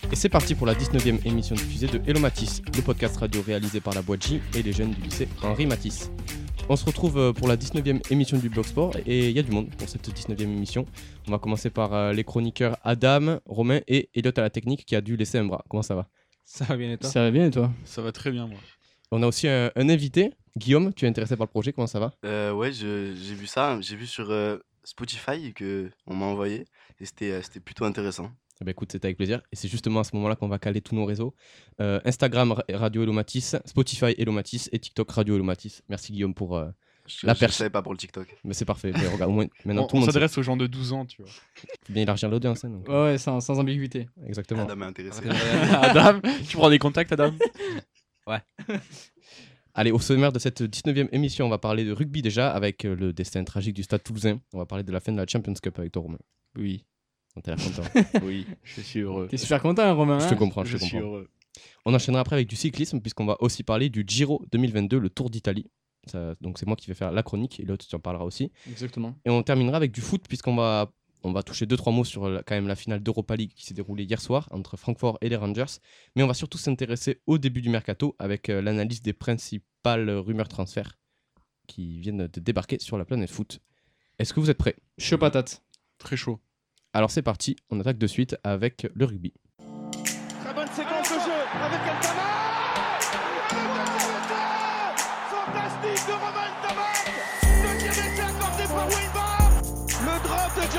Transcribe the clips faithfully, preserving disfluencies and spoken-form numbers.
Et c'est parti pour la dix-neuvième émission diffusée de Hello Matisse, le podcast radio réalisé par la boîte J et les jeunes du lycée Henri Matisse. On se retrouve pour la dix-neuvième émission du Blog Sport et il y a du monde pour cette dix-neuvième émission. On va commencer par les chroniqueurs Adam, Romain et Elliot à la technique qui a dû laisser un bras. Comment ça va ? Ça va bien et toi ? Ça va bien et toi ? Ça va très bien moi. On a aussi un, un invité, Guillaume, tu es intéressé par le projet, comment ça va ? euh, Ouais, je, j'ai vu ça, j'ai vu sur euh, Spotify qu'on m'a envoyé et c'était, euh, c'était plutôt intéressant. Eh ben écoute, c'était avec plaisir. Et c'est justement à ce moment-là qu'on va caler tous nos réseaux. Euh, Instagram, Radio Hello Matisse, Spotify Hello Matisse et TikTok Radio Hello Matisse. Merci Guillaume pour euh, je, la je perche. Je savais pas pour le TikTok. Mais c'est parfait. Mais regarde, au moins, maintenant, on tout le on monde s'adresse aux gens de douze ans, tu vois. faut bien élargir l'audience. Hein, donc. Ouais, ouais, sans, sans ambiguïté. Exactement. Adam est intéressé. Adam, tu prends des contacts, Adam ? Ouais. Allez, au sommaire de cette dix-neuvième émission, on va parler de rugby déjà avec euh, le destin tragique du Stade Toulousain. On va parler de la fin de la Champions Cup avec toi, Romain. Oui. On t'a l'air content. Oui, je suis heureux. T'es super content, hein, Romain. Je te comprends, je, Je te suis comprends. heureux. On enchaînera après avec du cyclisme puisqu'on va aussi parler du Giro deux mille vingt-deux, le Tour d'Italie. Ça, donc c'est moi qui vais faire la chronique et l'autre tu en parleras aussi. Exactement. Et on terminera avec du foot puisqu'on va, on va toucher deux trois mots sur la, quand même la finale d'Europa League qui s'est déroulée hier soir entre Francfort et les Rangers. Mais on va surtout s'intéresser au début du mercato avec euh, l'analyse des principales rumeurs transferts qui viennent de débarquer sur la planète foot. Est-ce que vous êtes prêts ? Chaud patate. Très chaud. Alors c'est parti, on attaque de suite avec le rugby. Très bonne séquence de jeu avec Altamac. Fantastique de Romain Altamac. Deuxième essai accordé par Wilbur. Le drop de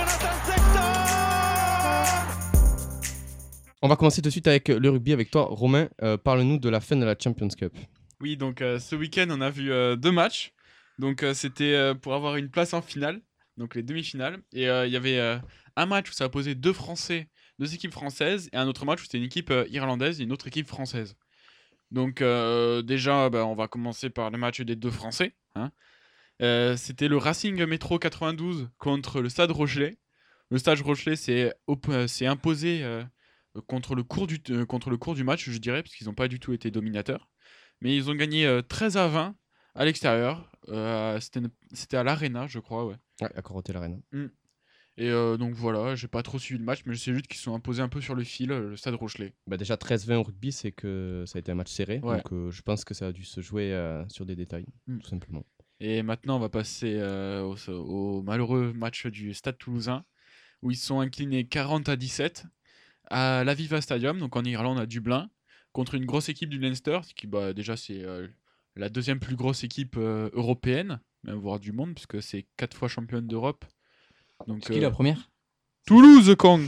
Jonathan Sexton. On va commencer de suite avec le rugby avec toi, Romain. Euh, parle-nous de la fin de la Champions Cup. Oui, donc euh, ce week-end, on a vu euh, deux matchs. Donc euh, c'était euh, pour avoir une place en finale, donc les demi-finales. Et il euh, y avait euh, un match où ça opposait deux Français, deux équipes françaises, et un autre match où c'était une équipe euh, irlandaise et une autre équipe française. Donc euh, déjà, bah, on va commencer par le match des deux Français. Hein. Euh, c'était le Racing Métro quatre-vingt-douze contre le Stade Rochelais. Le Stade Rochelais s'est, op- s'est imposé euh, contre, le cours du t- euh, contre le cours du match, je dirais, parce qu'ils n'ont pas du tout été dominateurs. Mais ils ont gagné euh, treize à vingt à l'extérieur. Euh, c'était, une- c'était à l'Arena, je crois, ouais. Ouais, à Corotel Arena. Et euh, donc voilà, j'ai pas trop suivi le match, mais je sais juste qu'ils se sont imposés un peu sur le fil, euh, le Stade Rochelais. Bah déjà treize vingt au rugby, c'est que ça a été un match serré. Ouais. Donc euh, je pense que ça a dû se jouer euh, sur des détails, Mm. tout simplement. Et maintenant, on va passer euh, au, au malheureux match du Stade Toulousain, où ils se sont inclinés quarante à dix-sept à l'Aviva Stadium, donc en Irlande, à Dublin, contre une grosse équipe du Leinster, qui bah, déjà c'est euh, la deuxième plus grosse équipe euh, européenne, même voire du monde, puisque c'est quatre fois championne d'Europe. Donc, C'est qui euh, la première ? Toulouse, Kong.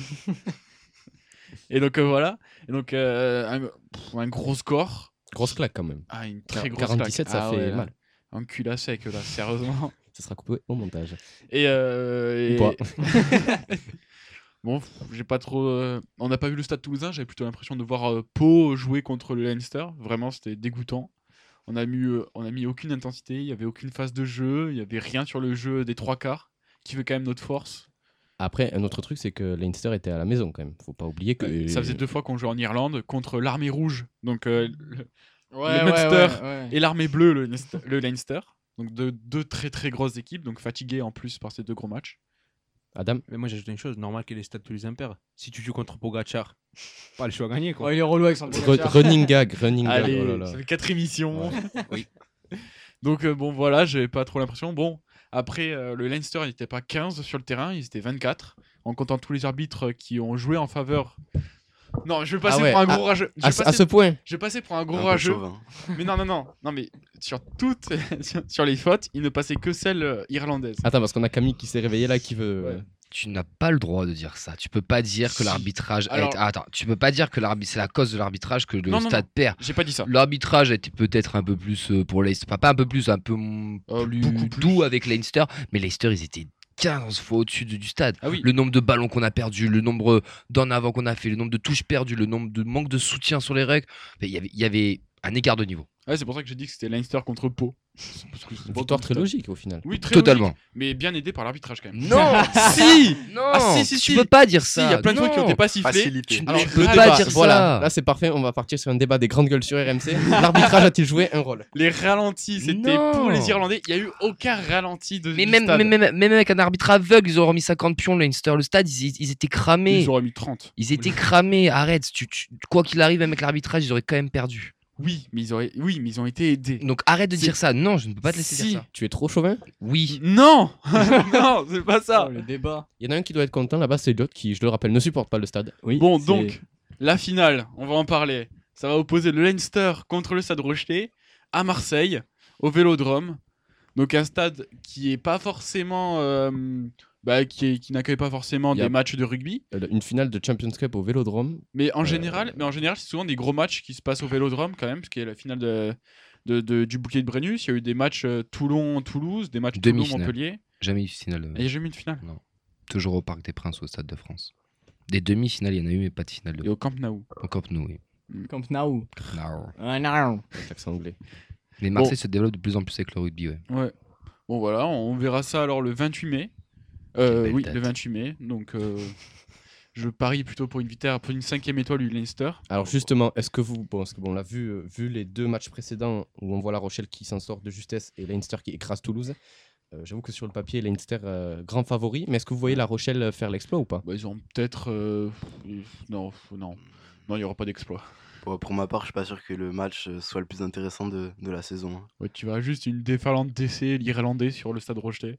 Et donc euh, voilà, et donc euh, un, pff, un gros score. Grosse claque quand même. Ah, une très grosse quarante-dix-sept, claque. ça Ah fait ouais, là. mal. Un cul à sec là, sérieusement. Ça sera coupé au montage. Et, euh, et... Ou pas. Bon, j'ai pas trop. euh, On n'a pas vu le Stade Toulousain. J'avais plutôt l'impression de voir euh, Pau jouer contre le Leinster. Vraiment, c'était dégoûtant. On a mis, euh, on a mis aucune intensité. Il y avait aucune phase de jeu. Il y avait rien sur le jeu des trois quarts, qui fait quand même notre force. Après, un autre truc, c'est que Leinster était à la maison quand même. Faut pas oublier que. Euh, Ça faisait deux fois qu'on jouait en Irlande contre l'armée rouge. Donc euh, le- Ouais, Le Munster ouais, ouais. et l'armée bleue, le Leinster. le Leinster. Donc de, deux très très grosses équipes, donc fatiguées en plus par ces deux gros matchs. Adam, Mais moi j'ajoute une chose, normal que les Stades Toulousains perdent. Si tu joues contre Pogacar, pas le choix à gagner quoi. Ouais, il est relou avec son re- Pogacar. running gag, running gag. Allez, Oh là là. ça fait quatre émissions. Oui. Donc euh, bon voilà, j'avais pas trop l'impression. Bon, après euh, le Leinster il n'était pas quinze sur le terrain, ils étaient vingt-quatre, en comptant tous les arbitres qui ont joué en faveur. Non, je vais passer Ah ouais, pour un à- gros rageux. Je vais À, ce- à passer- ce point. je vais passer pour un gros Un peu rageux. chauvin. Mais non, non, non, non, mais sur toutes, sur, sur les fautes, il ne passait que celle euh, irlandaise. Attends, parce qu'on a Camille qui s'est réveillé là, qui veut. Ouais. Tu n'as pas le droit de dire ça. Tu peux pas dire que Si. l'arbitrage. a Alors- été- Attends, tu peux pas dire que l'arbitre c'est la cause de l'arbitrage que le Non, non, stade perd. J'ai pas dit ça. L'arbitrage a été peut-être un peu plus euh, pour Leicester, enfin, pas un peu plus, un peu mm, Euh, plus beaucoup plus. doux avec Leinster, mais Leicester ils étaient quinze fois au-dessus du du stade. Ah oui. Le nombre de ballons qu'on a perdu, le nombre d'en avant qu'on a fait, le nombre de touches perdues, le nombre de manque de soutien sur les règles, il y avait, il y avait un écart de niveau. Ouais, c'est pour ça que j'ai dit que c'était Leinster contre Pau. Parce que c'est Une pas victoire comme très ça. logique au final. Oui, très Totalement. logique, mais bien aidé par l'arbitrage quand même. Non. Si Non. Ah, si, si, Tu si. peux pas dire Si, ça. il y a plein de non. trucs qui ont été pas sifflés. Facilité. Tu- Alors, tu le peux débat, pas dire voilà, ça. là c'est parfait, on va partir sur un débat des grandes gueules sur R M C. L'arbitrage a-t-il joué un rôle? Les ralentis, c'était Non. pour les Irlandais. Il y a eu aucun ralenti de Mais du même, stade. même, même, même avec un arbitre aveugle, ils auraient mis cinquante pions, Leinster. Le stade, ils, ils étaient cramés. Ils auraient mis trente. Ils étaient cramés. Arrête. Tu, tu- quoi qu'il arrive, même avec l'arbitrage, ils auraient quand même perdu. Oui, mais ils auraient... oui, mais ils ont été aidés. Donc arrête de C'est- dire ça. Non, je ne peux pas te laisser Si. dire ça. Tu es trop chauvin? Oui. Non Non, c'est pas ça. Oh, le débat. Il y en a un qui doit être content là-bas, c'est Elliot qui, je le rappelle, ne supporte pas le stade. Oui, Bon, c'est- donc, la finale, on va en parler. Ça va opposer le Leinster contre le Stade Rochelet à Marseille, au Vélodrome. Donc un stade qui est pas forcément, euh, bah, qui, est- qui n'accueille pas forcément Il y a- des matchs de rugby, Euh, Une finale de Champions Cup au Vélodrome. mais en Euh, général, mais en général, c'est souvent des gros matchs qui se passent au Vélodrome quand même, parce qu'il y a la finale de, de- de- du bouclier de Brennus. Il y a eu des matchs euh, Toulon-Toulouse, des matchs Demi-finale. Toulon-Montpellier. Jamais eu de finale. Et il n'y a jamais eu de finale. Toujours au Parc des Princes, au Stade de France. Des demi-finales, il y en a eu, mais pas de finale Et de au Camp Nou. au Camp Nou. Oui. Camp Nou. Non. Ah, non. Avec l'accent anglais. Mais Marseille se développe de plus en plus avec le rugby. Ouais. Ouais. Bon voilà, on verra ça alors le vingt-huit mai. Euh, belle oui, date. le vingt-huit mai. Donc euh, je parie plutôt pour une victoire, pour une cinquième étoile du Leinster. Alors justement, est-ce que vous, bon, parce que bon, on l'a vu, euh, vu les deux matchs précédents où on voit La Rochelle qui s'en sort de justesse et Leinster qui écrase Toulouse, euh, j'avoue que sur le papier, Leinster euh, grand favori, mais est-ce que vous voyez La Rochelle faire l'exploit ou pas? Bah, ils ont peut-être euh, euh, non, f- non, non, il y aura pas d'exploit. Pour, pour ma part, je suis pas sûr que le match euh, soit le plus intéressant de, de la saison. hein. Ouais, tu vas juste une déferlante d'essais l'Irlandais sur le Stade Rochelet.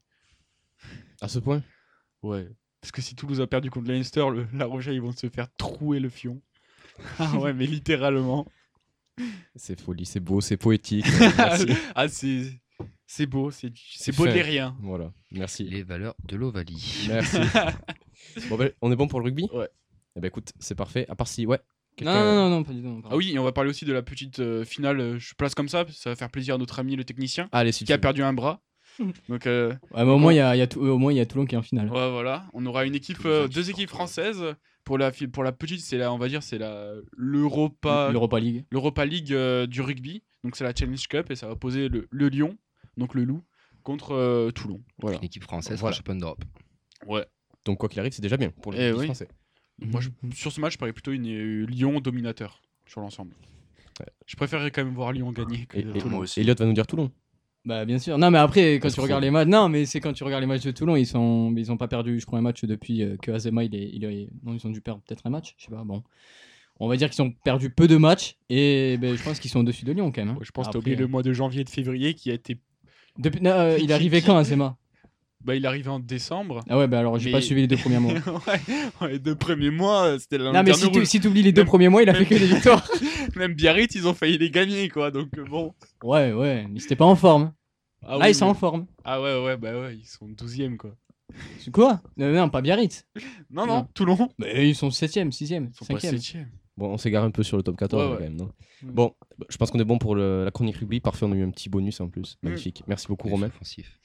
À ce point? Ouais. Parce que si Toulouse a perdu contre Leinster, le, La Rochelle ils vont se faire trouer le fion. Ah ouais, mais littéralement. C'est folie, c'est beau, c'est poétique. euh, merci. Ah c'est c'est beau, c'est C'est c'est fin. baudelairien. Voilà, merci. Les valeurs de l'Ovalie. Merci. Bon, ben, on est bon pour le rugby? Ouais. Eh ben écoute, c'est parfait. À part si, ouais. Non, quelqu'un- non, non, non, pas du tout. non, Ah pardon. oui, et on va parler aussi de la petite euh, finale. euh, je place comme ça, ça va faire plaisir à notre ami le technicien Allez, si qui a tu veux. perdu un bras. Donc euh, Ouais, mais au moins, il y a, il y a Tou- au moins, il y a Toulon qui est en finale. ouais, voilà, on aura une équipe, Toulouse, euh, un deux petit équipes France. françaises. Pour la fi- pour la petite, c'est la, on va dire, c'est la l'Europa L'Europa League. l'Europa League euh, du rugby. Donc c'est la Challenge Cup et ça va opposer le, le Lion, donc le Loup, contre euh, Toulon. Voilà. Une équipe française Voilà. sera championne d'Europe. Ouais. Donc quoi qu'il arrive, c'est déjà bien pour le Eh rugby oui. français. Moi, je- sur ce match, je parie plutôt une euh, Lyon dominateur sur l'ensemble. Ouais. Je préférerais quand même voir Lyon gagner que Et, et- Toulon. moi aussi. Elliot va nous dire Toulon. Bah bien sûr. Non mais après quand Parce tu que regardes faut- les matchs, non mais c'est quand tu regardes les matchs de Toulon, ils sont, ils ont pas perdu, je crois un match depuis euh, que Azema il est, il est, non ils ont dû perdre peut-être un match, je sais pas. Bon, on va dire qu'ils ont perdu peu de matchs et ben, je pense qu'ils sont au-dessus de Lyon quand même. hein. Ouais, je pense que t'as Après, oublié le mois de janvier et de février qui a été. Depuis, non, euh, Qui- il qui- est arrivé qui- quand Azema? Bah, il est arrivé en décembre. Ah ouais bah alors j'ai Mais- pas suivi les deux premiers mois. ouais, ouais, les deux premiers mois, euh, c'était la Non mais si tu si oublies les deux Même- premiers mois, il a fait même- que des victoires. Même Biarritz, ils ont failli les gagner, quoi. Donc euh, bon. Ouais ouais, mais c'était pas en forme. Ah, Là oui, ils sont oui. en forme. Ah ouais, ouais, bah ouais, ils sont douzième, quoi. C'est quoi? Non, non pas Biarritz. Non, non, Non. Toulon. Mais ils sont septième, sixième, Ils sont pas cinquième. septième. Bon, on s'égare un peu sur le top quatorze Ouais, là, ouais. quand même, non? Mm. Bon, je pense qu'on est bon pour le- la chronique rugby. Parfait, on a eu un petit bonus en plus. Mm. Magnifique. Merci beaucoup, Plus Romain. offensif.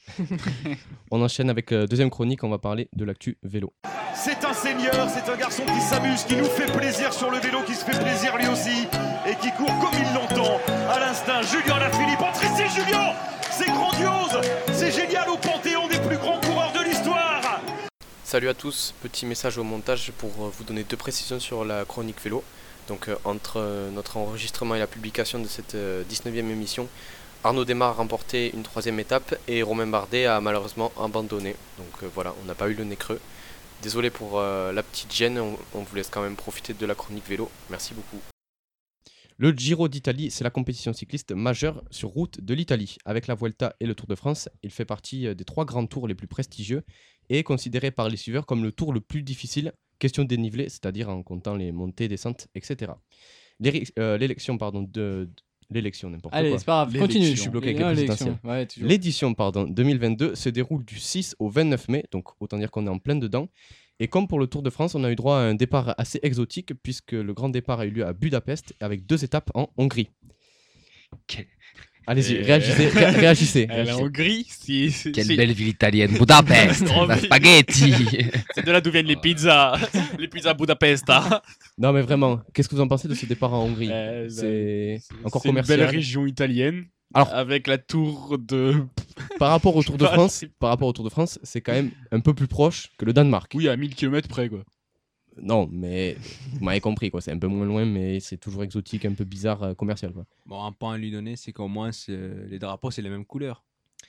On enchaîne avec la deuxième chronique. On va parler de l'actu vélo. C'est un seigneur, c'est un garçon qui s'amuse, qui nous fait plaisir sur le vélo, qui se fait plaisir lui aussi, et qui court comme il l'entend. À l'instinct, Julien Lafilippe, entre ici Julien. C'est grandiose, c'est génial au panthéon des plus grands coureurs de l'histoire. Salut à tous, petit message au montage pour euh, vous donner deux précisions sur la chronique vélo. Donc euh, entre euh, notre enregistrement et la publication de cette euh, dix-neuvième émission, Arnaud Desmar a remporté une troisième étape et Romain Bardet a malheureusement abandonné. Donc euh, voilà, on n'a pas eu le nez creux. Désolé pour euh, la petite gêne, on, on vous laisse quand même profiter de la chronique vélo. Merci beaucoup. Le Giro d'Italie, c'est la compétition cycliste majeure sur route de l'Italie. Avec la Vuelta et le Tour de France, il fait partie euh, des trois grands tours les plus prestigieux et est considéré par les suiveurs comme le tour le plus difficile, question dénivelé, c'est-à-dire en comptant les montées, descentes, et cetera. L'éri- euh, L'élection, pardon, de, de- l'élection, n'importe Allez, quoi. c'est pas grave, L'élection. continue. Je suis bloqué avec Non, les l'élection. Ouais, toujours. L'édition pardon, deux mille vingt-deux se déroule du six au vingt-neuf mai, donc autant dire qu'on est en plein dedans. Et comme pour le Tour de France, on a eu droit à un départ assez exotique, puisque le grand départ a eu lieu à Budapest, avec deux étapes en Hongrie. Quel- Allez-y, Et- réagissez, ré- réagissez. Euh, La Hongrie, c'est c'est- Quelle c'est- belle ville italienne, Budapest, Oh, la mais- spaghetti. c'est de là d'où viennent les pizzas, les pizzas Budapest. hein. Non, mais vraiment, qu'est-ce que vous en pensez de ce départ en Hongrie Euh, bah, C'est encore C'est une commercial. belle région italienne. Alors- avec la tour de. Par rapport au Tour de Bah, France, c'est- par rapport au Tour de France, c'est quand même un peu plus proche que le Danemark. Oui, à mille kilomètres près, quoi. Non, mais vous m'avez compris, quoi. C'est un peu moins loin, mais c'est toujours exotique, un peu bizarre, euh, commercial, quoi. Bon, un point à lui donner, c'est qu'au moins c'est- les drapeaux, c'est les mêmes couleurs.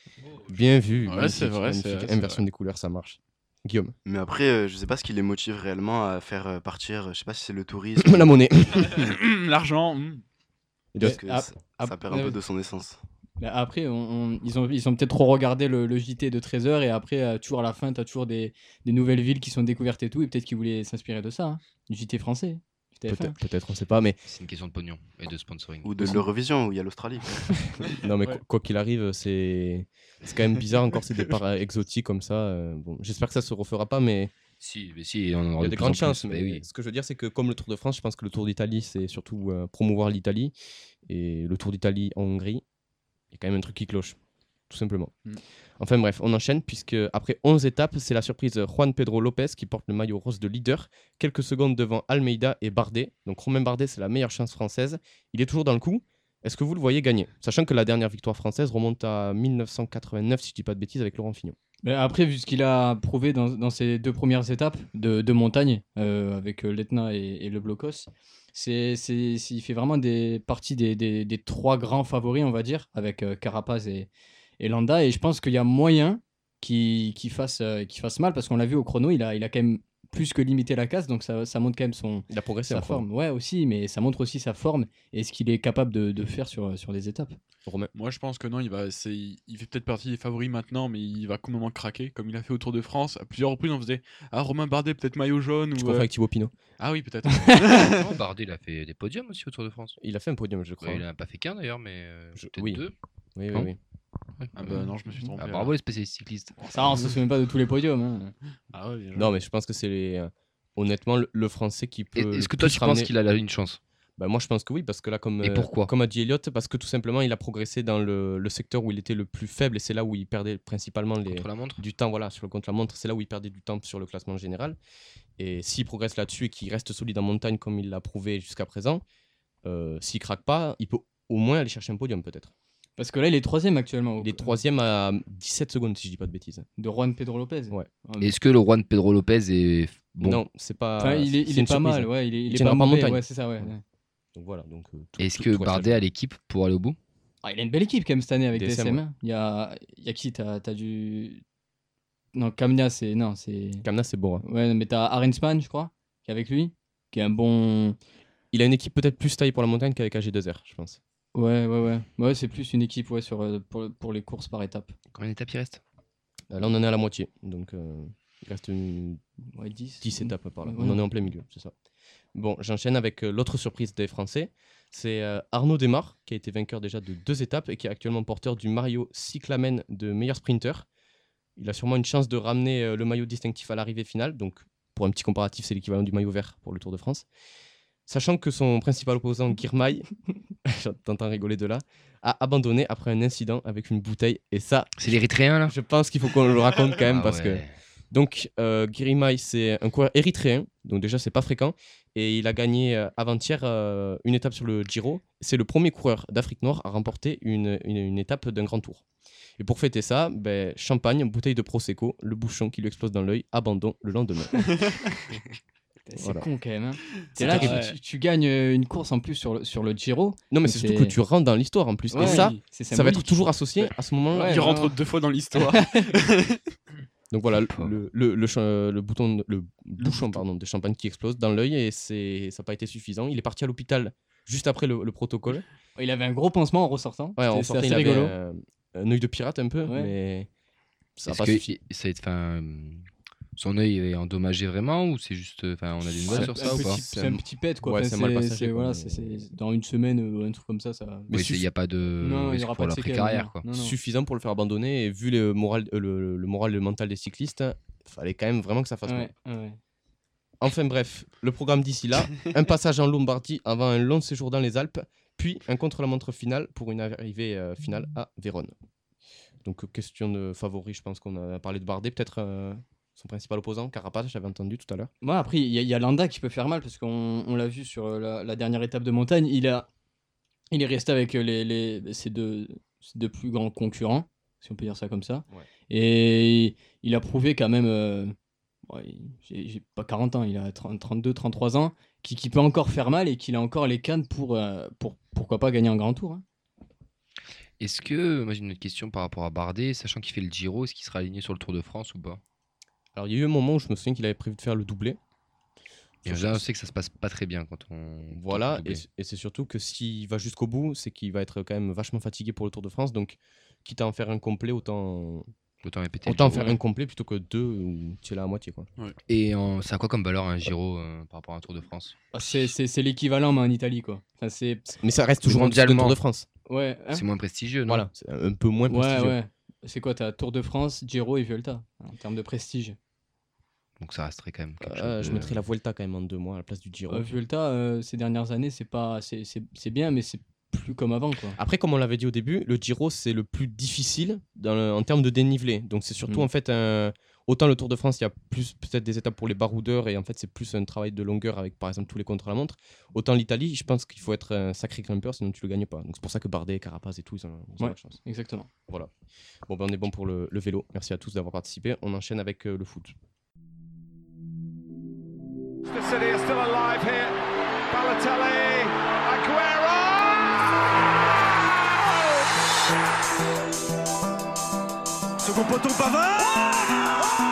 Bien vu. Ouais, magnifique, c'est vrai, c'est magnifique. vrai, c'est Inversion des couleurs, ça marche. Guillaume. Mais après, euh, je sais pas ce qui les motive réellement à faire euh, partir. euh, Je sais pas si c'est le tourisme. La monnaie. L'argent. hmm. Parce que ap- ça, ap- ça perd un ouais. peu de son essence. Mais après, on- on- ils ont, ils ont peut-être trop regardé le, le J T de treize heures et après, euh, toujours à la fin, tu as toujours des, des nouvelles villes qui sont découvertes et tout. Et peut-être qu'ils voulaient s'inspirer de ça, hein, du J T français. du T F un. Peut-être, peut-être, on sait pas, mais C'est une question de pognon et de sponsoring. Ou de l'Eurovision où il y a l'Australie. quoi. non, mais Ouais. quoi- quoi qu'il arrive, c'est c'est quand même bizarre encore ces départs euh, exotiques comme ça. euh, Bon, j'espère que ça se refera pas, mais Si, mais si, on en il aura y a de des plus en grandes plus, chances. mais Mais oui. ce que je veux dire, c'est que comme le Tour de France, je pense que le Tour d'Italie, c'est surtout euh, promouvoir l'Italie. Et le Tour d'Italie en Hongrie, il y a quand même un truc qui cloche, tout simplement. Mm. Enfin bref, on enchaîne, puisque après onze étapes, c'est la surprise Juan Pedro Lopez qui porte le maillot rose de leader, quelques secondes devant Almeida et Bardet. Donc Romain Bardet, c'est la meilleure chance française. Il est toujours dans le coup. Est-ce que vous le voyez gagner? Sachant que la dernière victoire française remonte à mille neuf cent quatre-vingt-neuf, si je dis pas de bêtises, avec Laurent Fignon. Mais après, vu ce qu'il a prouvé dans, dans ses deux premières étapes de, de montagne, euh, avec euh, l'Etna et, et le Blocos, c'est, c'est, c'est- il fait vraiment des parties des, des, des trois grands favoris, on va dire, avec euh, Carapaz et, et Landa. Et je pense qu'il y a moyen qu'il, qu'il fasse, euh, qu'il fasse mal, parce qu'on l'a vu au chrono, il a, il a quand même plus que limité la casse, donc ça, ça montre quand même son, Il a progressé sa en chrono. forme. Ouais, aussi, mais ça montre aussi sa forme et ce qu'il est capable de, de faire sur, sur des étapes. Romain. Moi, je pense que non, il, va, c'est- il fait peut-être partie des favoris maintenant, mais il va complètement craquer, comme il a fait au Tour de France. À plusieurs reprises, on faisait Ah, Romain Bardet, peut-être maillot jaune. Je Ou, confonds euh, avec Thibaut Pinot. Ah oui, peut-être. Non, Bardet, il a fait des podiums aussi au Tour de France. Il a fait un podium, je crois. Ouais, il en a pas fait qu'un d'ailleurs, mais euh, Je- peut-être oui. deux. Oui, oui, Non. oui. Ouais. Ah bah non, je me suis trompé. Ah, alors. bravo les spécialistes cyclistes. Ça, on se souvient pas de tous les podiums. Hein. Ah ouais, bien joué. Non, mais je pense que c'est les, euh, honnêtement le, le français qui peut. Et- le Est-ce que toi plus tu penses ramener- qu'il a là une chance? Bah, moi, je pense que oui, parce que là, comme, Et euh, pourquoi comme a dit Elliot, parce que tout simplement, il a progressé dans le, le secteur où il était le plus faible et c'est là où il perdait principalement les, Contre la montre? du temps. Voilà, sur le contre-la-montre, c'est là où il perdait du temps sur le classement général. Et s'il progresse là-dessus et qu'il reste solide en montagne comme il l'a prouvé jusqu'à présent, euh, s'il craque pas, il peut au moins aller chercher un podium peut-être. Parce que là, il est troisième actuellement. au- Il est troisième à dix-sept secondes, si je dis pas de bêtises. De Juan Pedro Lopez. Ouais. Ah, mais- Est-ce que le Juan Pedro Lopez est bon? Non, c'est pas. Enfin, il est, il c'est est une pas surprise, mal, hein. ouais, il est, il Il est tiendra pas pas en mauvais, montagne. ouais, c'est ça, ouais. Ouais. ouais. Donc voilà. Donc, euh, tout- Est-ce tout- que tout reste à Bardet jouer. a l'équipe pour aller au bout? Ah, il a une belle équipe quand même cette année avec D S M, D S M. ouais. hein. Il y a, il y a qui T'as as du. Non, Kamnia, c'est. Non, c'est. Kamna, c'est bon. hein. Ouais, mais t'as Arensman, je crois, qui est avec lui, qui est un bon. Il a une équipe peut-être plus taille pour la montagne qu'avec A G deux R, je pense. Ouais, ouais, ouais. Ouais, c'est plus une équipe ouais, sur, euh, pour, pour les courses par étapes. Combien d'étapes il reste? Euh, Là, on en est à la moitié. Donc, euh, il reste une Ouais, dix. dix étapes par là. Ouais. On en est en plein milieu, c'est ça. Bon, j'enchaîne avec euh, l'autre surprise des Français. C'est euh, Arnaud Desmar, qui a été vainqueur déjà de deux étapes et qui est actuellement porteur du maillot cyclamen de meilleur sprinter. Il a sûrement une chance de ramener euh, le maillot distinctif à l'arrivée finale. Donc, pour un petit comparatif, c'est l'équivalent du maillot vert pour le Tour de France. Sachant que son principal opposant, Girmay, t'entends rigoler de là, a abandonné après un incident avec une bouteille. Et ça, C'est l'Érythréen là? je pense qu'il faut qu'on le raconte quand même Ah parce que. ouais. Donc, euh, Girmay, c'est un coureur érythréen, donc déjà, c'est pas fréquent. Et il a gagné euh, avant-hier euh, une étape sur le Giro. C'est le premier coureur d'Afrique noire à remporter une, une, une étape d'un grand tour. Et pour fêter ça, ben, champagne, bouteille de Prosecco, le bouchon qui lui explose dans l'œil, abandon le lendemain. C'est Voilà. con quand même. Hein. C'est Et là, tu, terrible. tu- tu gagnes euh, une course en plus sur le, sur le Giro. Non, mais Mais c'est surtout c'est- que tu rentres dans l'histoire en plus. Ouais, et ça, oui, c'est ça va être symbolique. toujours associé à ce moment-là. Ouais, Il rentre vraiment. deux fois dans l'histoire. Donc voilà, le, Pauvre. le, le, le cha- le bouton, de- le bouchon pardon, de champagne qui explose dans l'œil et c'est, ça n'a pas été suffisant. Il est parti à l'hôpital juste après le, le protocole. Il avait un gros pansement en ressortant. Ouais, en C'est- c'est sortant, assez il avait rigolo. un, un œil de pirate un peu, Ouais. mais ça n'a Est-ce pas que suffi. il- ça a été- enfin, euh, son œil est endommagé vraiment ou c'est juste, enfin, on a des nouvelles C'est sur un ça ou petit- pas? C'est un petit pet quoi. Ouais, Enfin, c'est un mal c'est- passager, c'est- quoi, voilà, mais- c'est- c'est- dans une semaine ou un truc comme ça, ça. Mais Oui, suff- il n'y a pas de Non, il y risque aura pour pas de la séquelles, carrière non. quoi. Non, non. Suffisant pour le faire abandonner et vu le moral, euh, le, le moral et le mental des cyclistes, il fallait quand même vraiment que ça fasse mal. Ouais, ouais. Enfin bref, le programme d'ici là, un passage en Lombardie avant un long séjour dans les Alpes, puis un contre-la-montre final pour une arrivée euh, finale à Vérone. Donc, euh, question de favori, je pense qu'on a parlé de Bardet, peut-être euh, son principal opposant, Carapace, j'avais entendu tout à l'heure. Moi, après, il y, a- il y a Landa qui peut faire mal parce qu'on on l'a vu sur la, la dernière étape de montagne. Il, a, il est resté avec les, les, ses, deux, ses deux plus grands concurrents, si on peut dire ça comme ça. Ouais. Et il a prouvé quand même, euh, ouais, j'ai j'ai pas quarante ans, il a trente, trente-deux, trente-trois ans, qui, qui peut encore faire mal et qu'il a encore les cannes pour, euh, pour pourquoi pas gagner un grand tour. Hein. Est-ce que, moi j'ai une autre question par rapport à Bardet, sachant qu'il fait le Giro, est-ce qu'il sera aligné sur le Tour de France ou pas? Alors, il y a eu un moment où je me souviens qu'il avait prévu de faire le doublé. Et en général, on sait que ça se passe pas très bien quand on. Voilà, tente et, le doublé. et c'est surtout que s'il va jusqu'au bout, c'est qu'il va être quand même vachement fatigué pour le Tour de France. Donc, quitte à en faire un complet, autant, Autant répéter. le autant en Giro. faire un complet plutôt que deux où tu es là à moitié. Quoi. Et en- ça a quoi comme valeur un Giro euh, par rapport à un Tour de France? Ah, C'est c'est- c'est l'équivalent, mais en Italie, quoi. Enfin, c'est... Mais ça reste toujours un mondialement. Tour de France. Ouais, hein. C'est moins prestigieux, non? Voilà, c'est un peu moins Ouais, prestigieux. ouais. C'est quoi, t'as Tour de France, Giro et Vuelta, en termes de prestige. Donc ça resterait quand même quelque Euh, chose je de- mettrais la Vuelta quand même en deux mois à la place du Giro. Euh, Vuelta, euh, ces dernières années, c'est pas, c'est, c'est, c'est bien, mais c'est plus comme avant, quoi. Après, comme on l'avait dit au début, le Giro c'est le plus difficile dans le- en termes de dénivelé. Donc c'est surtout Mm. en fait un... Autant le Tour de France, il y a plus peut-être des étapes pour les baroudeurs et en fait c'est plus un travail de longueur avec par exemple tous les contre-la-montre. Autant l'Italie, je pense qu'il faut être un sacré grimpeur sinon tu le gagnes pas. Donc c'est pour ça que Bardet, Carapace et tout, ils ont, ils ont Ouais. la chance. Exactement. Voilà. Bon ben on est bon pour le, le vélo. Merci à tous d'avoir participé. On enchaîne avec euh, le foot. Manchester City are still alive here. Balotelli, Aguero! Second poteau, Pavard!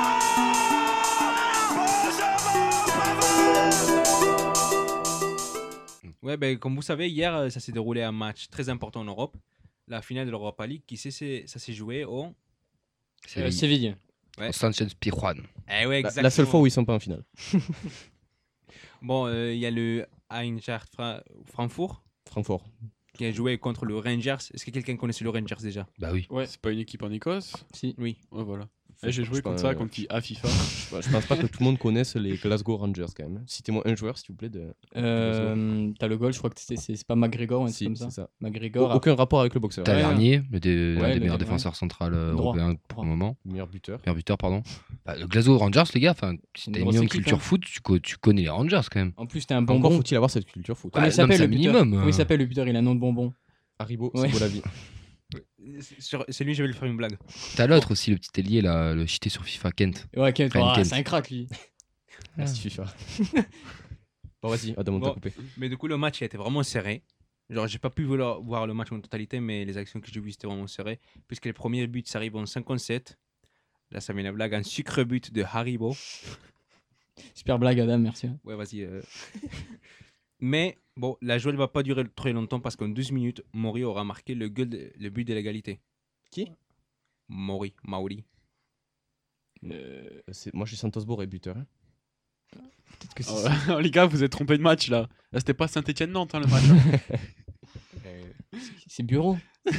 Ouais, ben, comme vous savez, hier, euh, ça s'est déroulé un match très important en Europe. La finale de l'Europa League, qui s'est- s'est- ça s'est joué au. C'est Euh, le- Séville. Ouais. au Sanchez Pizjuán. Eh ouais, La, la seule fois où ils sont pas en finale. Bon, euh, il y a le Eintracht Fra- Francfort Francfort. qui a joué contre le Rangers. Est-ce que quelqu'un connaissait le Rangers déjà? Bah oui. Ouais, C'est pas une équipe en Écosse? si. Oui. Ouais, voilà. Faut- Eh, J'ai je joué pense- contre ça, contre à FIFA. Je je pense pas que tout le monde connaisse les Glasgow Rangers quand même. Citez-moi un joueur s'il vous plaît de. Euh, t'as le goal, je crois que c'est, c'est, c'est pas McGregor, un Si, truc comme ça. c'est ça. McGregor, Aucun rapport avec le boxeur. T'as Ouais, Vernier, le dé- l'un Ouais, des le- meilleurs ouais. défenseurs central euh, Droit. européens pour Droit. le moment. Meilleur buteur. Meilleur buteur, pardon. Bah, le Glasgow Rangers, les gars, enfin, si Une t'as une grosse minimum équipe, culture hein. foot, tu, co- tu connais les Rangers quand même. en plus, t'es un Encore bonbon. faut-il avoir cette culture foot. Comment Bah, il s'appelle non, mais le c'est un buteur minimum, Comment euh. il s'appelle le buteur? Il a un nom de bonbon. Haribo, Ouais. c'est beau la vie. Sur celui, je vais lui faire une blague. T'as l'autre aussi, le petit ailier, là, le cheaté sur FIFA, Kent. Ouais, Kent, Ryan ah, Kent. c'est un crack, lui. Merci FIFA. Bon, vas-y, Adam, on t'a Bon. coupé. Mais du coup, le match il a été vraiment serré. Genre, j'ai pas pu vouloir- voir le match en totalité, mais les actions que j'ai vues, c'était vraiment serré. Puisque les premiers buts, ça arrive en cinquante-sept. Là, ça met la blague. Un sucre but de Haribo. Super blague, Adam, merci. Ouais, vas-y. euh. Mais bon, la joie ne va pas durer très longtemps parce qu'en douze minutes, Mori aura marqué le, goal de- le but de l'égalité. Qui Mori, Maori. Euh, c'est- Moi, je suis Santos Borré, buteur. hein. Peut-être que c'est Oh, ça. les gars, vous êtes trompés de match là. Là, c'était pas Saint-Etienne-Nantes hein, le match. hein. C'est bureau.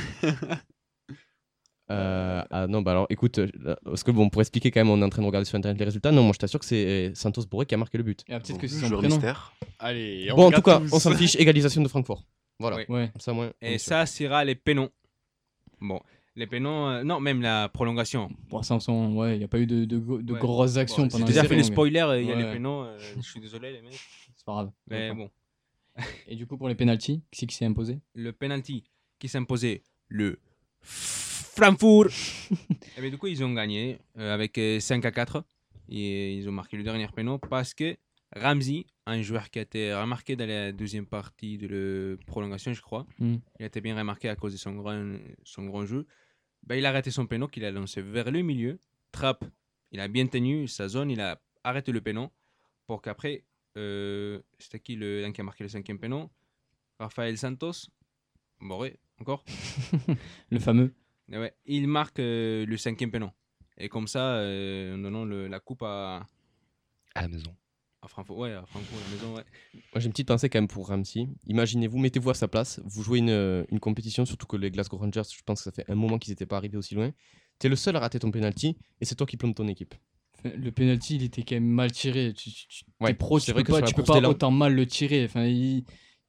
Euh, ah non, bah alors écoute, euh, parce que bon, pour expliquer quand même, on est en train de regarder sur internet les résultats. Non, moi je t'assure que c'est Santos Borré qui a marqué le but. Ah, peut-être Bon, que c'est son joueur prénom. mystère. Allez, on Bon, en regarde tout cas, tous. on s'en fiche, égalisation de Francfort. Voilà, Ouais. Ouais. ça, moins. on est Et sûr. ça sera les pénons. Bon, les pénons, euh, non, même la prolongation. Bon, ça, on s'en- ouais, il n'y a pas eu de, de, go- de Ouais. grosses actions Bon, pendant j'ai déjà les fait le longues. spoiler, euh, il y a Ouais. les pénons. euh, je suis désolé, les mecs. C'est pas grave. Mais bon, Et du coup, pour les pénaltys, qui c'est qui s'est imposé? le penalty qui s'imposait, le Francfort. Et bien, du coup, ils ont gagné euh, avec euh, cinq à quatre. Et ils ont marqué le dernier pénal parce que Ramsey, un joueur qui a été remarqué dans la deuxième partie de la prolongation, je crois, Mm. il a été bien remarqué à cause de son grand, son grand jeu. Ben, il a arrêté son pénal qu'il a lancé vers le milieu. Trapp, il a bien tenu sa zone, il a arrêté le pénal pour qu'après, euh, c'était qui le l'un qui a marqué le cinquième pénal? Rafael Santos. Bon, ouais, encore. Le fameux. Et ouais, il marque euh, le cinquième pénal. Et comme ça, euh, en donnant le- la coupe à, À la maison. à Francfort. Ouais, à Francfort, à la maison, ouais. Moi j'ai une petite pensée quand même pour Ramsey. Imaginez-vous, mettez-vous à sa place, vous jouez une, une compétition, surtout que les Glasgow Rangers, je pense que ça fait un moment qu'ils n'étaient pas arrivés aussi loin. T'es le seul à rater ton penalty et c'est toi qui plombe ton équipe. Enfin, le penalty, il était quand même mal tiré. Tu, tu, tu- Ouais, t'es pro, c'est tu vrai peux que sur pas, la tu peux course pas d'élan- autant mal le tirer. Enfin, il,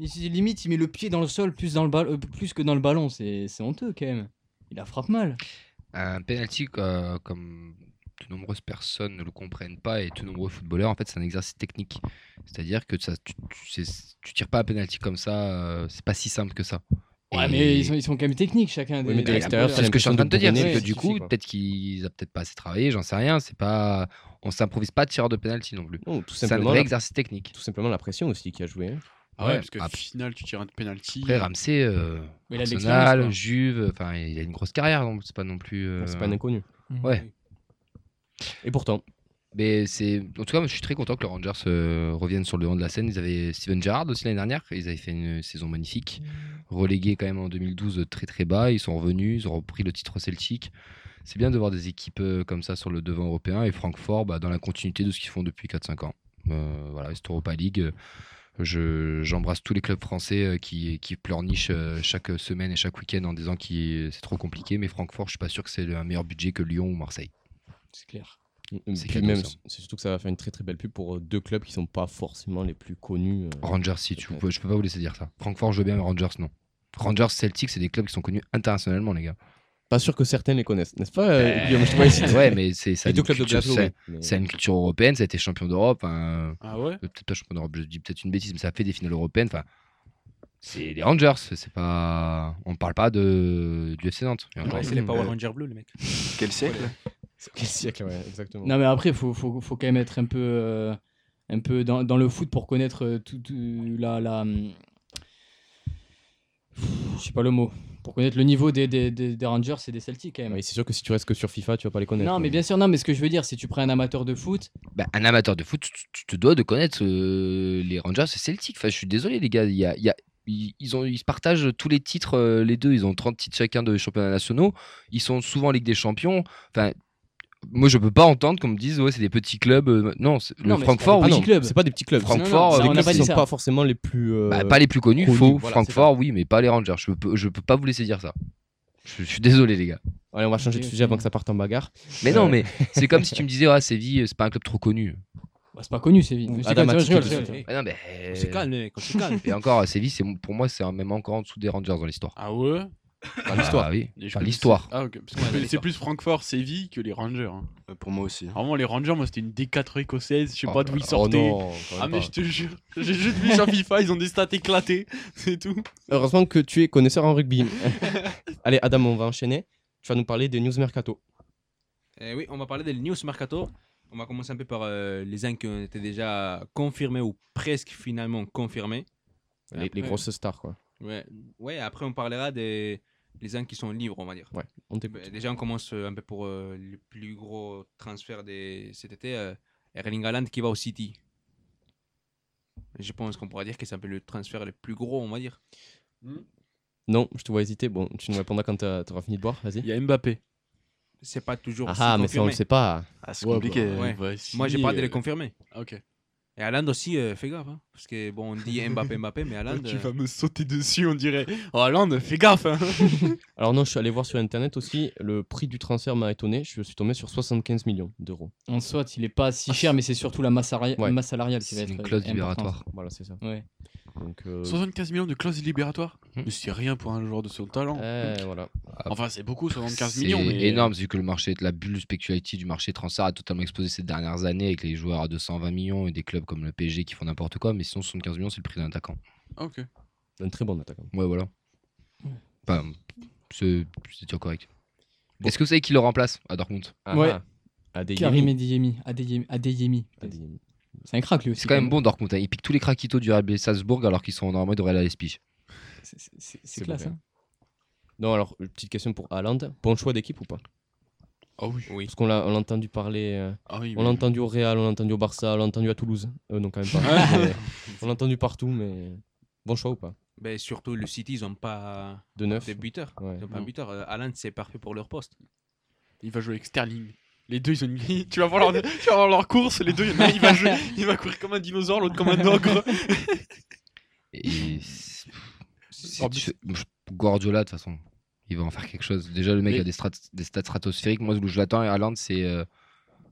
Il, limite, il met le pied dans le sol plus, dans le ballon, euh, plus que dans le ballon. C'est, c'est honteux quand même. Il la frappe mal. Un penalty, euh, comme de nombreuses personnes ne le comprennent pas et de nombreux footballeurs, en fait, c'est un exercice technique. C'est-à-dire que ça, tu, tu, c'est- tu tires pas un penalty comme ça, euh, c'est pas si simple que ça. Ouais, Et- mais ils sont, ils sont quand même techniques chacun. Oui, des- mais de des l'extérieur, footballeurs. C'est ce que je suis en train de te dire, bourriner, c'est que ça du suffit, coup, quoi. peut-être qu'ils a peut-être pas assez travaillé, j'en sais rien. C'est pas, on s'improvise pas tireur de penalty non plus. Non, tout C'est un simplement, vrai la, exercice technique. tout simplement la pression aussi qui a joué. hein. Ah ouais, Ouais, parce que après- final, tu tires un penalty. Après, Ramsey, euh, Mais il a de Arsenal, l'expérience, quoi. Juve, enfin, il a une grosse carrière, donc c'est pas non plus. euh, C'est pas un inconnu. Ouais. Et pourtant, Mais c'est, en tout cas, moi, je suis très content que les Rangers euh, reviennent sur le devant de la scène. Ils avaient Steven Gerrard aussi l'année dernière. Ils avaient fait une saison magnifique, relégués quand même en deux mille douze très très bas. Ils sont revenus, ils ont repris le titre Celtic. C'est bien de voir des équipes euh, comme ça sur le devant européen et Francfort bah, dans la continuité de ce qu'ils font depuis quatre cinq ans. Euh, voilà, cette Europa League. euh, Je, j'embrasse tous les clubs français euh, qui, qui pleurnichent euh, chaque semaine et chaque week-end en disant que c'est trop compliqué. Mais Francfort, je suis pas sûr que c'est un meilleur budget que Lyon ou Marseille. C'est clair. C'est puis cadeau, même, ça. c'est surtout que ça va faire une très très belle pub pour euh, deux clubs qui sont pas forcément les plus connus. euh. Rangers, si tu Ouais. peux, je peux pas vous laisser dire ça. Francfort, je veux bien, mais Rangers, non. Rangers, Celtic, c'est des clubs qui sont connus internationalement, les gars. Pas sûr que certains les connaissent, n'est-ce pas, euh, Guillaume, je te vois ici. Ouais, mais c'est ça. a Les deux une clubs de culture- Glasgow, c'est- oui. Mais- C'est une culture européenne, ça a été champion d'Europe. hein, Ah ouais euh, Peut-être pas champion d'Europe, je dis peut-être une bêtise, mais ça a fait des finales européennes. Enfin, c'est les Rangers, c'est pas. On parle pas de du F C Nantes. Et encore, Ouais, c'est les Power Euh, Rangers bleus, les mecs. Quel siècle? Quel siècle, ouais, exactement. Non, mais après, il faut, faut, faut quand même être un peu, euh, un peu dans, dans le foot pour connaître euh, tout, tout la. la hum, je sais pas le mot. Pour connaître le niveau des, des, des, des Rangers et des Celtics quand même. Oui, c'est sûr que si tu restes que sur FIFA, tu vas pas les connaître. Non, mais bien sûr, non, mais ce que je veux dire, si tu prends un amateur de foot, Bah, un amateur de foot, tu, tu te dois de connaître euh, les Rangers et Celtic. Enfin, je suis désolé, les gars. Il y a, il y a- ils, ils ont, ils se partagent tous les titres, euh, les deux. Ils ont trente titres chacun de championnats nationaux. Ils sont souvent en Ligue des Champions. Enfin, moi, je peux pas entendre qu'on me dise, ouais, c'est des petits clubs. euh, non, c'est- Non, le mais Francfort, c'est pas Ah des oui. non, petits clubs. c'est pas des petits clubs. Francfort, Non, non, c'est ça, des on clubs n'a pas qui dit sont ça. pas forcément les plus. euh, Bah, pas les plus connus, connus, faux. voilà, c'est Francfort, oui, mais pas les Rangers. Je peux, je peux pas vous laisser dire ça. Je, je suis désolé, les gars. Allez, on va changer de Ok, sujet ok. avant que ça parte en bagarre. Mais non, Euh. mais c'est comme si tu me disais, ah, Séville, c'est pas un club trop connu. bah, c'est pas connu, c'est vite. Ou C'est Adam quoi, je rigole, Matic, je tout rigole. Ah non, mais. On se calme, les mecs, on se calme. Et encore, Séville, c'est, pour moi, c'est même encore en dessous des Rangers dans l'histoire. Ah ouais Dans l'histoire. Ah oui, Et je dans connaissais- l'histoire. Ah ok, parce que Ouais, je dans connaissais l'histoire. plus Francfort, Séville que les Rangers. hein. Euh, Pour moi aussi. Vraiment, les Rangers, moi c'était une D quatre écossaise, je sais Oh pas d'où ils Oh sortaient. non, quand même Ah mais pas. je te jure, j'ai juste vu sur FIFA, ils ont des stats éclatées, c'est tout. Heureusement que tu es connaisseur en rugby. Allez, Adam, on va enchaîner. Tu vas nous parler des news mercato. Eh oui, on va parler des news mercato. On va commencer un peu par euh, les uns qui ont été déjà confirmés ou presque finalement confirmés. Les, les Après- grosses stars, quoi. Ouais, ouais, après on parlera des les uns qui sont libres, on va dire. Ouais, on t'écoute. Bah, déjà, on commence euh, un peu pour euh, le plus gros transfert de cet été. euh, Erling Haaland qui va au City. Je pense qu'on pourra dire que c'est un peu le transfert le plus gros, on va dire. Non, je te vois hésiter. Bon, tu nous répondras quand t'as- t'auras fini de boire. Vas-y. Il y a Mbappé. C'est pas toujours Ah, aussi ah, mais ça, on confirmé. le sait pas. Ah, c'est Ouais, compliqué. bah, Ouais. bah, si, Moi, j'ai pas de euh, les confirmer. Ok. Et Haaland aussi, euh, fais gaffe. hein, parce que bon, on dit Mbappé, Mbappé, mais Haaland. Tu euh, vas me sauter dessus, on dirait. Oh Haaland, fais gaffe hein. Alors, non, je suis allé voir sur internet aussi. Le prix du transfert m'a étonné. Je suis tombé sur soixante-quinze millions d'euros. En soit, il est pas si cher, mais c'est surtout la masse, salari- Ouais. masse salariale qui C'est va être une euh, clause importante. libératoire. Voilà, c'est ça. Ouais. Donc, euh, soixante-quinze millions de clauses libératoires. Hmm. Mais c'est rien pour un joueur de son talent. eh, voilà. Enfin, c'est beaucoup, soixante-quinze C'est millions. Mais... énorme, vu que le marché, la bulle spéculative du marché transfert a totalement explosé ces dernières années avec les joueurs à deux cent vingt millions et des clubs comme le P S G qui font n'importe quoi. Mais sinon, soixante-quinze millions, c'est le prix d'un attaquant. Ah, ok. Un très bon attaquant. Ouais, voilà. Enfin, c'est c'est toujours correct. Est-ce que vous savez qui le remplace à Dortmund? Ah, Ouais. ah. Adeyemi. Karim Adeyemi. Adeyemi. Adeyemi. Adeyemi. C'est un crack lui aussi. C'est quand même bon Dortmund. hein. Ils piquent tous les craquitos du R B Salzbourg alors qu'ils sont normalement de Real Leipzig. C'est- c'est- C'est C'est c'est classe. vrai. hein. Non, alors, une petite question pour Haaland. Bon choix d'équipe ou pas? Ah oui. Oui. Parce qu'on l'a on l'a entendu parler. euh, Ah oui, On oui. l'a entendu au Real, on l'a entendu au Barça, on l'a entendu à Toulouse. Euh, non, quand même pas. Mais on l'a entendu partout, mais bon choix ou pas? Ben, surtout, le City, ils n'ont pas De neuf. de buteur. Ouais. Ils ont pas un buteur. Euh, Haaland, c'est parfait pour leur poste. Il va jouer avec Sterling. Les deux, ils ont une grille. Tu vas voir leur, tu vas voir leur course. Les deux, il y en a un, il va, jouer, il va courir comme un dinosaure, l'autre comme un ogre. Et c'est- c'est- En tu- Guardiola, de toute façon, il va en faire quelque chose. Déjà, le mec Mais- a des, strat- des stats stratosphériques. Moi, où je l'attends, et Haaland, c'est. euh,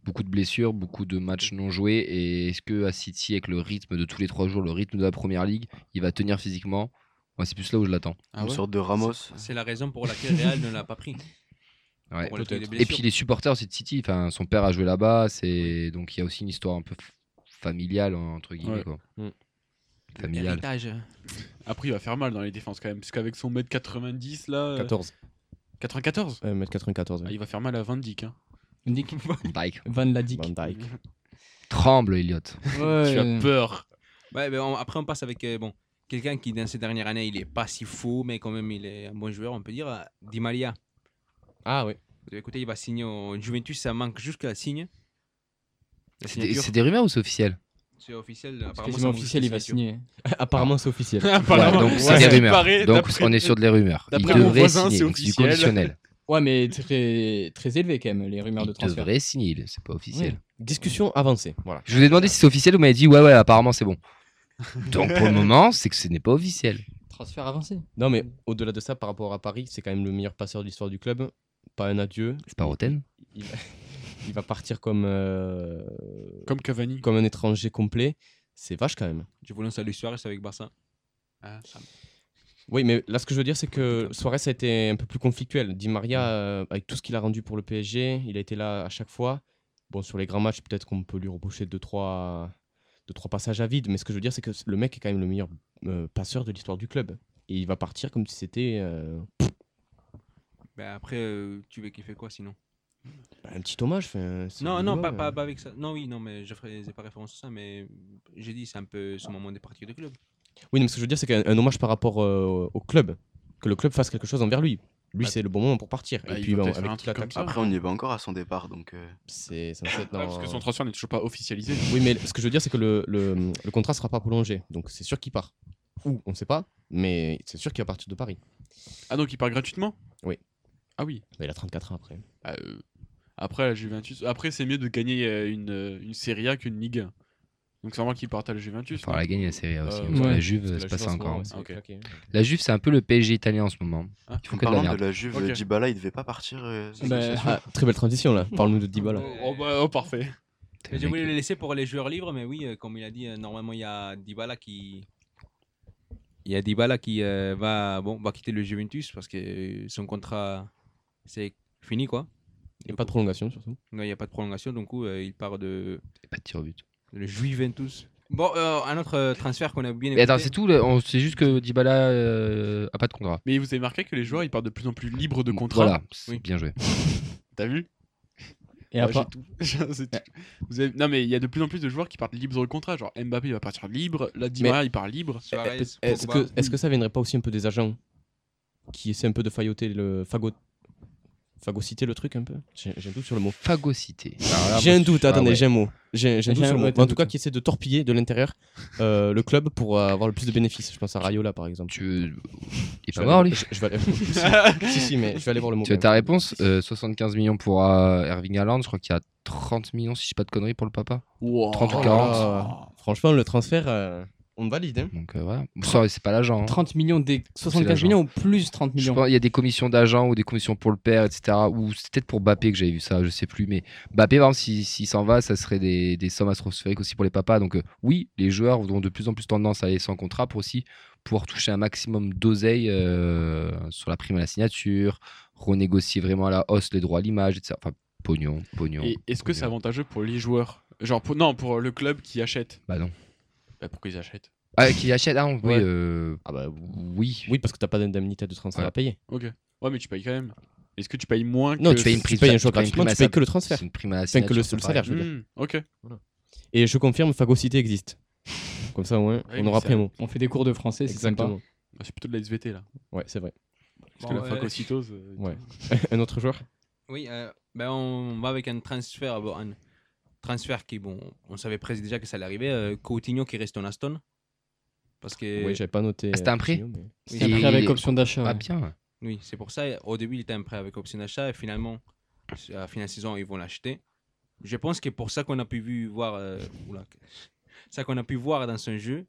beaucoup de blessures, beaucoup de matchs non joués. Et est-ce que à City, avec le rythme de tous les trois jours, le rythme de la Première Ligue, il va tenir physiquement? Moi, c'est plus là où je l'attends. Ah Une ouais sorte de Ramos. C'est la raison pour laquelle Real ne l'a pas pris. Ouais. Pour le truc des Et blessures. puis les supporters aussi de City, enfin, son père a joué là-bas, c'est donc il y a aussi une histoire un peu f- familiale entre guillemets Ouais. quoi. Mm. Familiale. Héritage. Après, il va faire mal dans les défenses quand même, parce qu'avec son mètre quatre-vingt-dix là. euh, quatorze. quatre-vingt-quatorze Euh, mètre quatre-vingt-quatorze. Ah, Ouais. il va faire mal à Van Dijk. Hein. Dick. Dyke. Van la Dick. Van Dijk. Tremble Elliot. Ouais, Tu as peur. Ouais, ben on- après, on passe avec euh, bon, quelqu'un qui, dans ces dernières années, il est pas si fou, mais quand même, il est un bon joueur, on peut dire. euh, Di Maria. Ah oui. Vous avez écouté, il va signer au Juventus, ça manque jusqu'à la signe. La C'est des, signature, c'est des rumeurs ou c'est officiel? c'est officiel. C'est Apparemment, quasiment ça manque officiel, il va jusqu'à la signature. signer. Apparemment, c'est officiel. Ouais, Apparemment, donc ouais, c'est des ce qui rumeurs. paraît, Donc d'après- on est sur des rumeurs. Il d'après mon devrait voisin, signer, c'est donc c'est du officiel. conditionnel. Ouais, mais très, très élevé quand même, les rumeurs de Il transfert. devrait signer, il- c'est pas officiel. Ouais. Discussion avancée. Voilà. Je vous ai demandé si c'est officiel, vous m'avez dit ouais ouais apparemment c'est bon. Donc pour le moment c'est que ce n'est pas officiel. Transfert avancé. Non, mais au-delà de ça, par rapport à Paris, c'est quand même le meilleur passeur de l'histoire du club. Pas un adieu. C'est pas Roten? Il va, il va partir comme, euh, Comme Cavani. comme un étranger complet. C'est vache quand même. Je vous lance à Suarez avec Barça. Ah, ça- Oui, mais là, ce que je veux dire, c'est que Suarez a été un peu plus conflictuel. Di Maria, euh, avec tout ce qu'il a rendu pour le P S G, il a été là à chaque fois. Bon, sur les grands matchs, peut-être qu'on peut lui reprocher deux trois, deux, trois passages à vide. Mais ce que je veux dire, c'est que le mec est quand même le meilleur euh, passeur de l'histoire du club. Et il va partir comme si c'était euh, Ben après, euh, tu veux qu'il fait quoi sinon? bah, un petit hommage. 'fin, c'est Non, le non, minimum, pas, euh. pas, pas avec ça. Non, oui, non, mais je ferai pas référence à ça, mais j'ai dit, c'est un peu ce moment des parties de club. Oui, mais ce que je veux dire, c'est qu'un un hommage par rapport euh, au club. Que le club fasse quelque chose envers lui. Lui, Bah, c'est le bon moment pour partir. bah, Et il puis, va bon, peut-être faire avec un toute truc comme l'attaque. ça. Après, on n'y est pas encore à son départ, donc euh, C'est censé être Ouais, dans- parce que son transfert n'est toujours pas officialisé. Oui, mais ce que je veux dire, c'est que le, le, le contrat sera pas prolongé. Donc, c'est sûr qu'il part. Où on ne sait pas, mais c'est sûr qu'il va partir de Paris. Ah, donc il part gratuitement? Oui. Ah oui. Bah, il a trente-quatre ans après. Ah, euh, Après, la Juventus. Après, c'est mieux de gagner euh, une, euh, une Serie A qu'une Ligue un. Donc c'est vraiment qu'il parte à la Juventus. Enfin la gagner la Serie A aussi. Euh, parce que ouais. La Juve Parce que c'est la pas Juve, ça en ce moment, encore. ouais, c'est Ok. claqué, hein. La Juve c'est un peu le P S G italien en ce moment. Ah. Ils font en que de la parlant de merde. la Juve, Ok. Dybala, il devait pas partir. euh, cette Bah, association. Ah, très belle transition là. Parle-nous de Dybala. Euh, Oh, bah, oh, parfait. Mais Le je voulais mec- le laisser pour les joueurs libres, mais oui, euh, comme il a dit, euh, normalement il y a Dybala qui, il y a Dybala qui euh, va, bon, va quitter le Juventus parce que euh, son contrat c'est fini quoi. Il n'y a pas de prolongation surtout. Non, il n'y a pas de prolongation, donc coup, euh, il part de, Pas de tir au but. de le Juventus. Bon, euh, un autre euh, transfert qu'on a bien Mais attends écouté. c'est tout. le- on- C'est juste que Dybala euh, a pas de contrat. Mais vous avez remarqué que les joueurs ils partent de plus en plus libres de contrat. Voilà. C'est Oui. bien joué. T'as vu? Et Ouais, après, j'ai tout. C'est tout. Vous avez- Non mais il y a de plus en plus de joueurs qui partent libres de contrat. Genre Mbappé il va partir libre, la Di Mais- Maria il part libre. Suarez, Est-ce Pogba. que, est-ce que ça viendrait pas aussi un peu des agents qui essaient un peu de failloter le fagot, phagocyter le truc un peu? J'ai j'ai un doute sur le mot. Phagocyté. Alors là, J'ai moi, un doute, ah attendez, ouais. j'ai un mot. J'ai j'ai un doute J'ai sur un- le mot. ouais, Mais en t'as tout cas, doute. qui essaie de torpiller de l'intérieur euh, le club pour euh, avoir le plus de bénéfices. Je pense à Rayola par exemple. Tu veux- Il est Je pas vais mort aller- lui. je- je vais aller- si, si, mais je vais aller voir le mot. Tu as quand ta même. réponse euh, soixante-quinze millions pour euh, Erving Haaland. Je crois qu'il y a trente millions si je dis pas de conneries pour le papa. Wow. trente ou Oh là quarante. là. Franchement, le transfert, euh, on me valide. Hein. Donc euh, voilà. Ça, c'est pas l'agent. hein. trente millions, des soixante-quinze l'agent. millions ou plus trente Je millions. pense- Il y a des commissions d'agents ou des commissions pour le père, et cetera. Ou c'est peut-être pour Mbappé que j'avais vu ça, je sais plus. Mais Mbappé, par exemple, s'il s'il s'en va, ça serait des, des sommes stratosphériques aussi pour les papas. Donc euh, oui, les joueurs ont de plus en plus tendance à aller sans contrat pour aussi pouvoir toucher un maximum d'oseille euh, sur la prime à la signature, renégocier vraiment à la hausse les droits à l'image, et cetera. Enfin, pognon, pognon. Et est-ce que c'est pognon. avantageux pour les joueurs? Genre pour... non pour le club qui achète. Bah non. Bah, pourquoi ils achètent? Ah, qui achète ah, oui, Ouais. euh, Ah bah oui. oui, parce que t'as pas d'indemnité de transfert Ouais. à payer. Ok. Ouais mais tu payes quand même. Est-ce que tu payes moins Non, que tu payes une si- prime, prime- un tu choix payes une gratuitement, prime à tu payes sa- que le transfert. C'est une prime à la Enfin, que le- signature, le c'est salaire, pareil. je veux dire. Hmm, ok. Et je confirme, phagocyté existe. Comme ça, au moins, Oui, on mais aura ça- pris un mot. On fait des cours de français, c'est sympa. Exactement. Bah, c'est plutôt de la S V T là. Ouais, c'est vrai. Parce que Bon, la euh, phagocytose. euh, Ouais. un autre joueur? Oui, euh, ben on va avec un transfert, bon, un transfert qui, bon, on savait presque déjà que ça allait arriver. euh, Coutinho qui reste en Aston. Parce que, Oui, j'avais pas noté. Ah, c'était un euh, prêt Coutinho, mais- C'est un Et- prêt avec option d'achat. Ah ouais. bien. oui, c'est pour ça. Au début, il était un prêt avec option d'achat et finalement, à la fin de la saison, ils vont l'acheter. Je pense que pour ça qu'on a pu vu voir, euh, oula, ça qu'on a pu voir dans son jeu,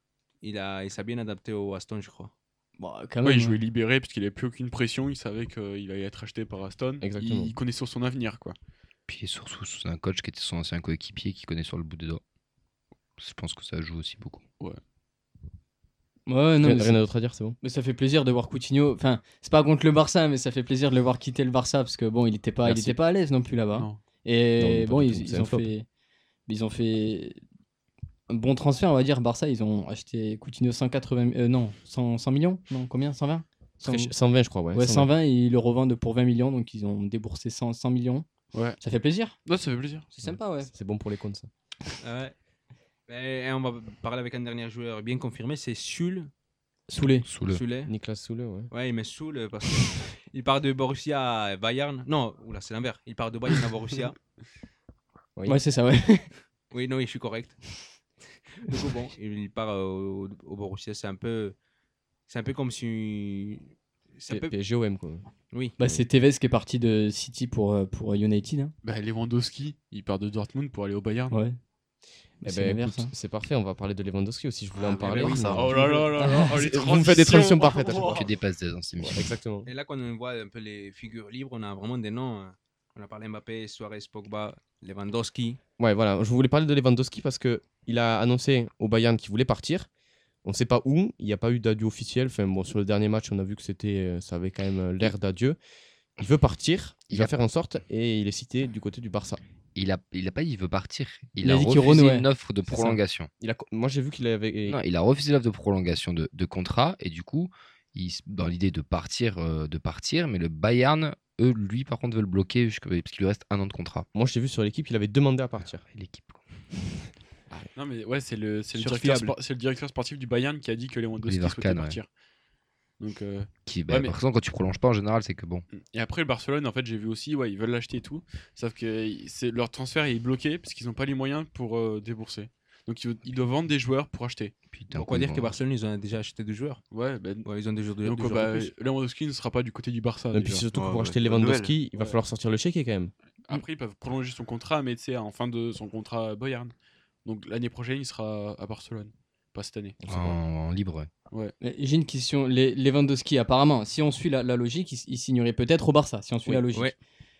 il a, il s'est bien adapté au Aston, je crois. Bon, quand Ouais, même. il jouait libéré parce qu'il avait plus aucune pression. Il savait qu'il allait être acheté par Aston. Exactement. Il connaissait son avenir quoi. Puis surtout sous un coach qui était son ancien coéquipier qui connaît sur le bout des doigts. Je pense que ça joue aussi beaucoup. Ouais, non, mais Rien c'est- d'autre à dire, c'est bon. mais ça fait plaisir de voir Coutinho. Enfin, c'est pas contre le Barça, mais ça fait plaisir de le voir quitter le Barça parce que bon, il était pas, il Merci. était pas à l'aise non plus là-bas. Non. Et Non, pas bon, du ils, tout, ils c'est un ont flop. fait, ils ont fait un bon transfert, on va dire. Barça, ils ont acheté Coutinho cent quatre-vingts, euh, non, cent, cent millions, non, combien, cent vingt. Très ch- cent vingt, je crois, ouais. Ouais, cent cent vingt. vingt et ils le revendent pour vingt millions, donc ils ont déboursé cent, cent millions. Ouais. Ça fait plaisir. Non, ça fait plaisir. C'est sympa, ouais. C'est bon pour les comptes, ça. Ouais. Et, et on va parler avec un dernier joueur bien confirmé, c'est Sul. Soulé. Sous le. Soulé. Nicolas Soule, ouais. Ouais, il met Sul parce qu'il part de Borussia à Bayern. Non, oula, c'est l'inverse. Il part de Bayern à Borussia. Oui. Ouais, c'est ça, ouais. Oui, non, oui, je suis correct. Du coup, bon, il part euh, au, au Borussia. C'est un peu, c'est un peu comme si, c'est un peu, P S G O M, quoi. oui. Bah, c'est Tevez qui est parti de City pour, euh, pour United. Hein. Bah, Lewandowski, il part de Dortmund pour aller au Bayern. Ouais. Eh C'est ben, l'inverse, écoute, hein. c'est parfait, on va parler de Lewandowski aussi, je voulais Ah, en mais parler. oui, mais- ça. Oh là là là là, oh, les Vous me faites des transitions transitions. parfaites à chaque fois. Que des passes dans cette émission. Exactement. Et là, quand on voit un peu les figures libres, on a vraiment des noms. hein. On a parlé Mbappé, Suarez, Pogba, Lewandowski. Ouais, voilà, je voulais parler de Lewandowski parce que il a annoncé au Bayern qu'il voulait partir. On ne sait pas où, il n'y a pas eu d'adieu officiel. Enfin, bon, sur le dernier match, on a vu que c'était, euh, ça avait quand même euh, l'air d'adieu. Il veut partir, il Il va a- faire en sorte et il est cité du côté du Barça. Il a, il a pas dit il veut partir. Il, Il a, a dit qu'il refusé renouait. une offre de C'est ça. prolongation. Il a, moi, j'ai vu qu'il avait. Non, il a refusé l'offre de prolongation de, de contrat et du coup, il, s- dans l'idée de partir, euh, de partir, mais le Bayern, eux, lui, par contre, veut le bloquer jusqu'à- parce qu'il lui reste un an de contrat. Moi, j'ai vu sur l'équipe, il avait demandé à partir. L'équipe. quoi. Non, mais ouais, c'est le, c'est le, Sur directeur, fiable. spor- c'est le directeur sportif du Bayern qui a dit que Lewandowski Oliver souhaitait Kahn, ouais. partir. Donc, euh, Qui, bah, Ouais, mais- Par exemple, quand tu prolonges pas, en général, c'est que bon. Et après, le Barcelone, en fait, j'ai vu aussi, ouais, ils veulent l'acheter et tout. Sauf que c'est, leur transfert est bloqué parce qu'ils n'ont pas les moyens pour euh, débourser. Donc, ils, ils doivent vendre des joueurs pour acheter. Puis d'un Donc, on coup, va dire bon, que Barcelone, ils ont déjà acheté deux joueurs. Ouais, ben. Ouais, ils ont des joueurs de, donc, des euh, joueurs bah, de plus. Lewandowski ne sera pas du côté du Barça. Et puis déjà. surtout que Ouais, pour ouais, acheter bonne Lewandowski, il va Ouais. falloir sortir le chèque quand même. Après, ils peuvent prolonger son contrat, mais tu sais, en fin de son contrat à Bayern. Donc, l'année prochaine, il sera à Barcelone. Pas cette année. On en, sait pas. en libre, ouais. Mais J'ai une question. Les, Lewandowski, apparemment, si on suit la, la logique, il, il signerait peut-être au Barça. Si on suit Oui, la logique, ouais.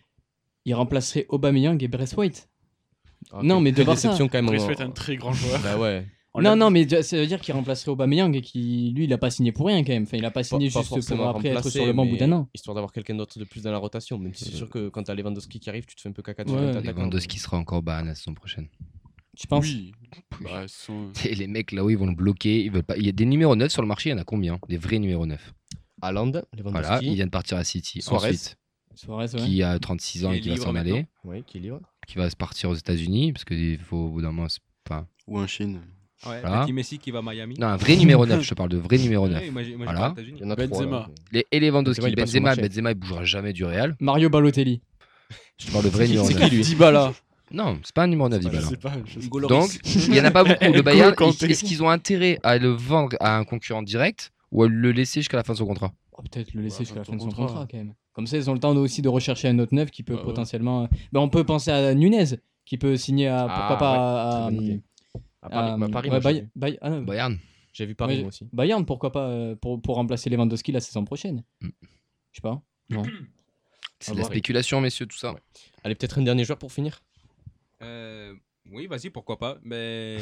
il remplacerait Aubameyang et Braithwaite. Ah, Non, quelle- mais de quelle Barça. déception quand même. Après, on- il un très grand joueur. Bah ouais. On Non, l'a- non, mais ça veut dire qu'il remplacerait Aubameyang et qui, lui, il a pas signé pour rien quand même. Enfin, il a pas Pas- signé pas juste forcément pour après être remplacé, sur le banc au bout mais d'un an. Histoire d'avoir quelqu'un d'autre de plus dans la rotation. Même si c'est sûr que quand t'as Lewandowski qui arrive, tu te fais un peu caca dessus. Ouais. quand t'es attaquant. Lewandowski sera encore bas la saison prochaine. Tu penses Oui. Bah, ils sont- Et les mecs là-haut, ils vont le bloquer. Ils veulent pas... Il y a des numéros neuf sur le marché, il y en a combien? Des vrais numéros neuf. Haaland, Voilà, Lewandowski, il vient de partir à City. Suarez. Ensuite, Suarez, ouais. qui a trente-six ans Il et est qui va libre s'en aller, maintenant. ouais, qui est libre. qui va se partir aux États-Unis parce qu'il faut au bout d'un moment. c'est pas- Ou en Chine. Ouais, Voilà. petit Messi qui va à Miami. Non, un vrai numéro neuf, je te parle de vrai numéro neuf. Ouais, moi, j'ai- moi, je Voilà. parle aux États-Unis. Il y en a Benzema. trois. là. Les, et Lewandowski, Benzema, il est pas sur le Benzema, marché. Benzema, il bougera jamais du Real. Mario Balotelli. Je te parle de vrai numéro C'est neuf. qui lui Dybala. Non, c'est pas un numéro neuf, Je Dybala. sais pas. je sais- Hugo Donc, Lloris. il n'y en a pas beaucoup. Le Bayern, Kanté. ils- est-ce qu'ils ont intérêt à le vendre à un concurrent direct ou à le laisser jusqu'à la fin de son contrat? Oh, peut-être le laisser Ouais, jusqu'à la fin fin de de son contrat. contrat quand même. Comme ça, ils ont le temps aussi de rechercher un autre neuf qui peut Ouais, ouais. potentiellement. Ben, on peut penser à Nunez qui peut signer à. Pourquoi Ah, pas ouais, à. très à- bonne idée. À Paris, à- bah, Paris, ouais, moi, j'ai Bay- vu. Bay- ah, non, Bayern. J'ai vu Paris Ouais, moi aussi. Bayern, pourquoi pas euh, pour, pour remplacer Lewandowski la saison prochaine. Mm. Je sais pas. Non. C'est À de la voir. spéculation, messieurs, tout ça. Ouais. Allez, peut-être un dernier joueur pour finir. Euh, oui, vas-y, pourquoi pas. Mais,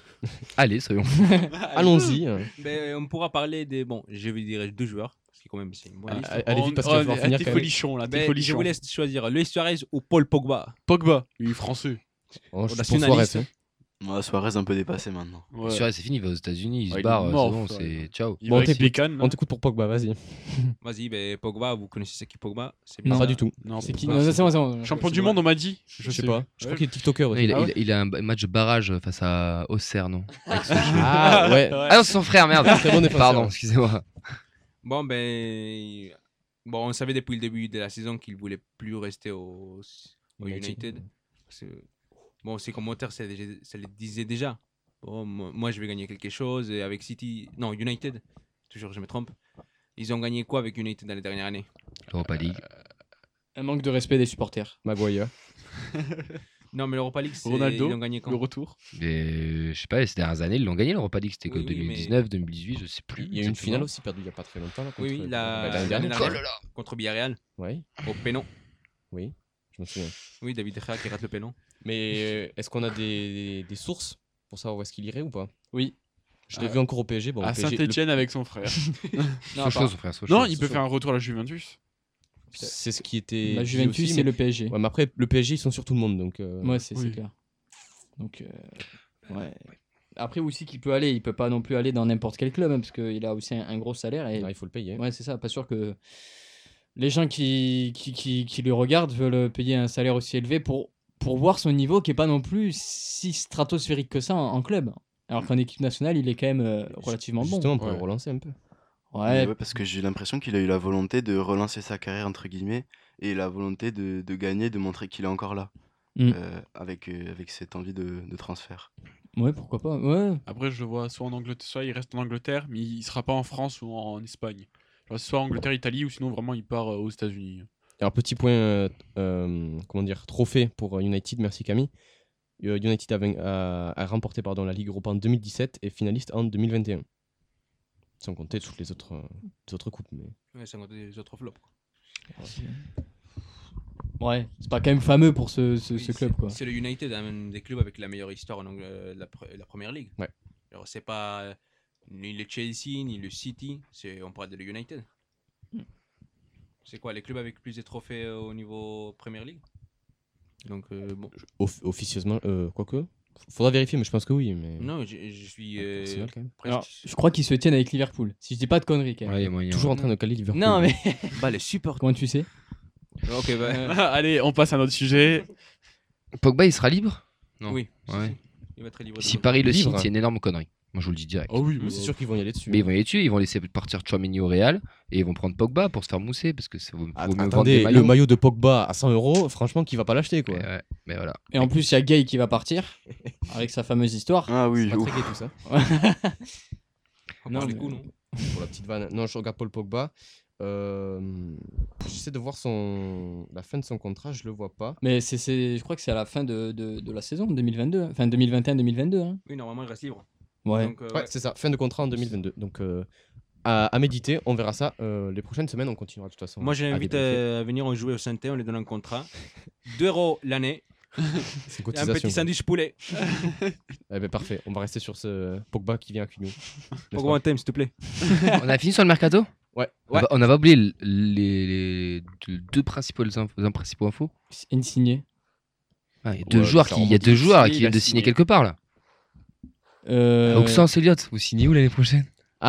Allez, soyons. Allons-y. hein. mais on pourra parler des. Bon, je vais dire deux joueurs. Parce que quand même, c'est une bonne Ah, liste. ah, Allez vite parce qu'il va Oh, falloir ah, finir T'es quand même. folichon là, t'es Mais je folichon. vous laisse choisir Luis Suarez ou Paul Pogba. Pogba, lui français. Oh, je suis pour nationaliste. Suarez, hein. Moi, Suarez un peu dépassé maintenant. Ouais. Suarez, c'est fini, il va aux États-Unis, il Ouais, se il est barre, c'est mort, bon, Suarez. c'est ciao. Il Bon, va on avec t'écoute. Pécan, là. On t'écoute pour Pogba, vas-y. Vas-y, ben, Pogba, vous connaissez c'est qui Pogba? C'est Non. Pas du tout. Non, C'est qui Pogba, Non, c'est bon, c'est bon. Champion C'est du bon. monde, on m'a dit. Je sais pas. Je crois qu'il est TikToker Non, aussi. il, a, Ah il ouais a- il a un b- match de barrage face à Auxerre, non Avec ce- Ah ouais. Ah non, c'est son frère, merde. Très bon défenseur. Pardon, excusez-moi. Bon, ben. Bon, on savait depuis le début de la saison qu'il voulait plus rester au, au United. United. Parce que, bon, ses commentaires, ça, ça le disait déjà. Bon, moi, moi, je vais gagner quelque chose. Et avec City. Non, United. Toujours, je me trompe. Ils ont gagné quoi avec United dans les dernières années? L'Europa League. Un manque de respect des supporters. Maguire. Non, mais l'Europa League, c'est- Ronaldo, ils ont gagné quand? le retour. Et, je sais pas, ces dernières années, ils l'ont gagné l'Europa League. C'était que Oui, oui, deux mille dix-neuf, deux mille dix-huit, je sais plus. Il y a eu une exactement. finale aussi perdue il y a pas très longtemps. Là, Oui, contre- oui, la- bah, l'année l'année dernière. dernière. Contre Villarreal, Ouais, au péno. oui. Je me souviens. Oui, David De Gea qui rate le péno. Mais euh, est-ce qu'on a des, des sources pour savoir où est-ce qu'il irait ou pas? Oui. Je l'ai Ah. vu encore au P S G. Bon, À le P S G, Saint-Etienne avec son frère. Sochaux, pas- frère, Sochaux. Non, il peut Sochaux. faire un retour à la Juventus. le- c'est ce qui était. La dit Juventus, aussi, c'est mais... le P S G. Ouais, mais après, le P S G, ils sont sur tout le monde. Donc, euh, Ouais, c'est c'est oui. clair. Donc, euh, ouais. Après aussi qu'il peut aller, il peut pas non plus aller dans n'importe quel club hein, parce qu'il a aussi un, un gros salaire et ah, il faut le payer. ouais c'est ça, pas sûr que les gens qui, qui, qui, qui le regardent veulent payer un salaire aussi élevé pour, pour voir son niveau qui est pas non plus si stratosphérique que ça en, en club. Alors qu'en équipe nationale, il est quand même euh, relativement bon. Justement, pour Ouais. le relancer un peu. Mais Ouais, ouais, parce que j'ai l'impression qu'il a eu la volonté de relancer sa carrière, entre guillemets, et la volonté de, de gagner, de montrer qu'il est encore là, Mm. euh, avec, euh, avec cette envie de, de transfert. ouais, pourquoi pas. Ouais. Après, je le vois soit en Angleterre, soit il reste en Angleterre, mais il sera pas en France ou en Espagne. Genre, soit Angleterre, Italie, ou sinon vraiment il part euh, aux États-Unis. Alors, petit point, euh, euh, comment dire, trophée pour United, merci Camille. Euh, United a, vain- a- a remporté pardon, la Ligue Europa en deux mille dix-sept et finaliste en deux mille vingt et un. Sans compter toutes les autres, euh, les autres coupes. Mais... Ouais, c'est un côté des autres flops. quoi. Ouais, c'est pas quand même fameux pour ce, ce, Oui, ce c'est- club quoi. C'est le United, un des clubs avec la meilleure histoire en Angl- euh, de la, pre- la première ligue. Ouais. Alors, c'est pas euh, ni le Chelsea ni le City, c'est on parle de le United. C'est quoi les clubs avec plus de trophées euh, au niveau Premier League? Donc euh, bon. Off- officieusement, euh, quoique. Faudra vérifier, mais je pense que oui. Mais... Non, je, je suis euh, Arsenal, quand même. presque. Alors, je crois qu'ils se tiennent avec Liverpool. Si je dis pas de conneries quand même. Ouais, il y a moyen. Toujours en train de caler Liverpool. Non mais Bah les supporters. comment tu sais? Ok, bah. Euh, Allez, on passe à un autre sujet. Pogba, il sera libre? Non. Oui. Ouais. Il va être libre. Si demain. Paris le Libre. signe, c'est une énorme connerie. Moi, je vous le dis direct. Oh oui, mais c'est sûr qu'ils vont y aller dessus. Mais ils vont y aller dessus, ils vont laisser partir Tchouaméni au Real et ils vont prendre Pogba pour se faire mousser parce que ça vaut, vaut Att- mieux vendre des Attendez, maillots. le maillot de Pogba à cent euros, franchement, qui va pas l'acheter quoi. Mais, ouais, mais voilà. Et en plus, il y a Gay qui va partir avec sa fameuse histoire. Ah oui, C'est pas ouf. très gai tout ça. On Non, parle des mais- coups, non Pour la petite vanne. Non, je regarde Paul Pogba. Euh, J'essaie de voir son... la fin de son contrat, je le vois pas. Mais c'est, c'est, je crois que c'est à la fin de, de, de la saison deux mille vingt-deux. hein. Enfin deux mille vingt et un deux mille vingt-deux. Hein. Oui, normalement, il reste libre. Ouais. Donc, euh, Ouais, ouais. c'est ça, fin de contrat en deux mille vingt-deux. Donc euh, à, à méditer, on verra ça euh, les prochaines semaines, on continuera de toute façon. Moi, je à l'invite débriefer. à venir, on joue au Saint-Étienne, on lui donne un contrat. deux euros l'année, C'est une et un cotisation. petit quoi. sandwich poulet. Eh ben, parfait, on va rester sur ce Pogba qui vient à Cugno. Pourquoi un thème, s'il te plaît? On a fini sur le mercato? Ouais. On va- On avait oublié l- les, les deux- deux principaux, infos, les principaux infos. Insigné. Ah, il y a deux Ouais, joueurs ça qui, il y a remonte. deux joueurs Si, qui il viennent a de signé. signer quelque part là. Euh... Oxens, Elliott, vous signez où l'année prochaine?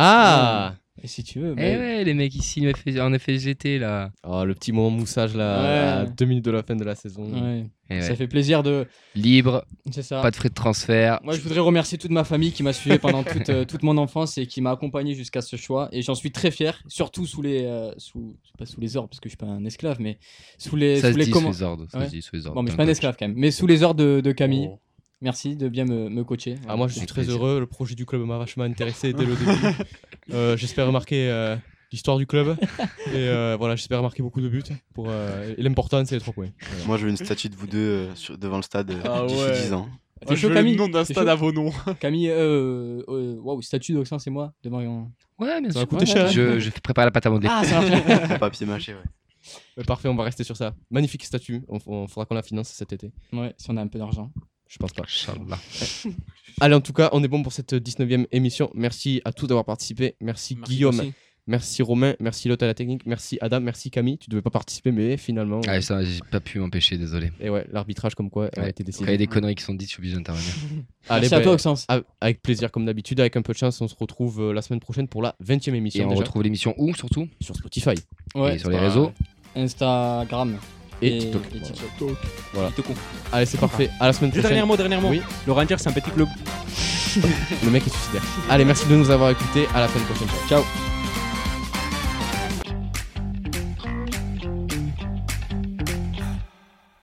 Ah Et si tu veux. Eh mais- ouais, les mecs ils signent en F S en F S G T là. Oh, le petit moment moussage là, Ouais. à deux minutes de la fin de la saison. Ouais. Eh Ça ouais. fait plaisir de. Libre, C'est ça. pas de frais de transfert. Moi, je voudrais remercier toute ma famille qui m'a suivi pendant toute, euh, toute mon enfance et qui m'a accompagné jusqu'à ce choix. Et j'en suis très fier, surtout sous les, euh, sous, pas sous les ordres parce que je suis pas un esclave, mais sous les, Ça sous se les dit sous commandes. les ordres. Ça Ouais. se dit sous les ordres. Bon, mais je suis d'un pas un coach. esclave quand même. Mais sous les ordres de, de Camille. Oh. Merci de bien me, me coacher. Ah, moi je suis Avec très plaisir. heureux, le projet du club m'a vachement intéressé dès le début. Euh, j'espère marquer euh, l'histoire du club. Et euh, voilà, j'espère marquer beaucoup de buts. Pour, euh, et l'important c'est les trois points. Voilà. Moi, je veux une statue de vous deux euh, sur- devant le stade euh, Ah d'ici ouais. dix ans. T'es je chaud, veux Camille le nom d'un T'es stade chaud à vos noms. Camille, euh, euh, waouh, statut d'Oxens, c'est moi de Marion. Ouais, bien Ça va sûr. coûter Ouais, cher. ouais. hein. Je, je prépare la pâte à modeler. Ah, ça marche. En papier mâché, ouais. Mais parfait, on va rester sur ça. Magnifique statut. On, on faudra qu'on la finance cet été. Ouais, si on a un peu d'argent. Je pense pas. Inch'Allah. Allez, en tout cas, on est bon pour cette dix-neuvième émission. Merci à tous d'avoir participé. Merci, Merci Guillaume. aussi. Merci Romain. Merci Lotte à la technique. Merci Adam. Merci Camille. Tu devais pas participer, mais finalement. Ah, ça, j'ai pas pu m'empêcher, désolé. Et ouais, l'arbitrage comme quoi a Ouais. été Quand il y décidé. a des conneries qui sont dites, je suis obligé d'intervenir. Allez, Merci à ben, toi, Oxens. a- avec plaisir, comme d'habitude. Avec un peu de chance, on se retrouve euh, la semaine prochaine pour la vingtième émission. Et on déjà, retrouve l'émission où surtout? sur Spotify Ouais, Et sur les pas- réseaux. Instagram et, TikTok. et Voilà. TikTok. Voilà. Tout con. Allez, c'est parfait. À la semaine Juste prochaine. dernier mot, dernier mot. Oui. Le Rangers, c'est un petit club. Le mec est suicidaire. Allez, merci de nous avoir écoutés. À la semaine prochaine. Ciao.